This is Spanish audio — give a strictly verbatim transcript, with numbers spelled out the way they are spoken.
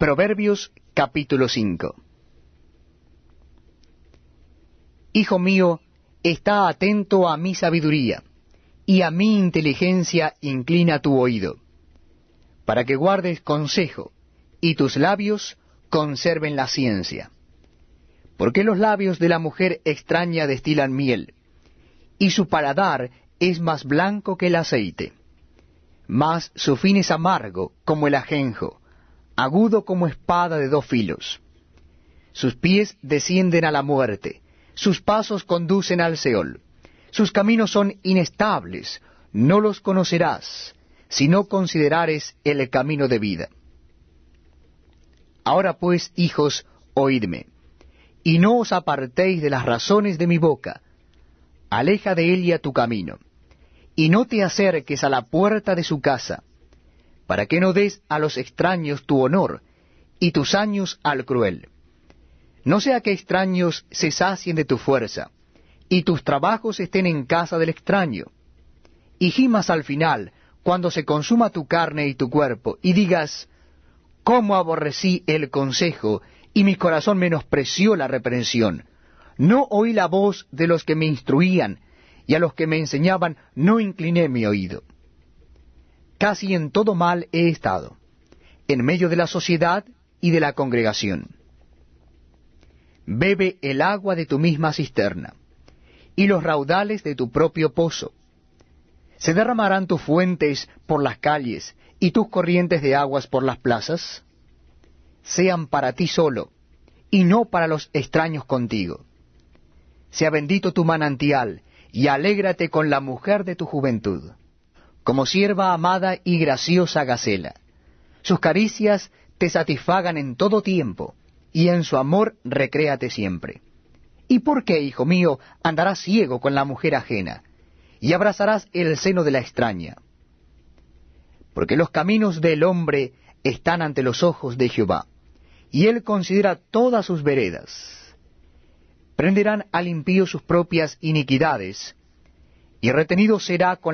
Proverbios capítulo cinco. Hijo mío, está atento a mi sabiduría, y a mi inteligencia inclina tu oído, para que guardes consejo, y tus labios conserven la ciencia. Porque los labios de la mujer extraña destilan miel, y su paladar es más blanco que el aceite. Mas su fin es amargo como el ajenjo, agudo como espada de dos filos. Sus pies descienden a la muerte, sus pasos conducen al Seol. Sus caminos son inestables, no los conocerás, si no considerares el camino de vida. Ahora pues, hijos, oídme, y no os apartéis de las razones de mi boca. Aleja de ella tu camino, y no te acerques a la puerta de su casa, para que no des a los extraños tu honor, y tus años al cruel. No sea que extraños se sacien de tu fuerza, y tus trabajos estén en casa del extraño. Y gimas al final, cuando se consuma tu carne y tu cuerpo, y digas, ¿cómo aborrecí el consejo, y mi corazón menospreció la reprensión? No oí la voz de los que me instruían, y a los que me enseñaban no incliné mi oído. Casi en todo mal he estado, en medio de la sociedad y de la congregación. Bebe el agua de tu misma cisterna, y los raudales de tu propio pozo. ¿Se derramarán tus fuentes por las calles, y tus corrientes de aguas por las plazas? Sean para ti solo, y no para los extraños contigo. Sea bendito tu manantial, y alégrate con la mujer de tu juventud, como sierva amada y graciosa gacela. Sus caricias te satisfagan en todo tiempo, y en su amor recréate siempre. ¿Y por qué, hijo mío, andarás ciego con la mujer ajena, y abrazarás el seno de la extraña? Porque los caminos del hombre están ante los ojos de Jehová, y él considera todas sus veredas. Prenderán al impío sus propias iniquidades, y retenido será con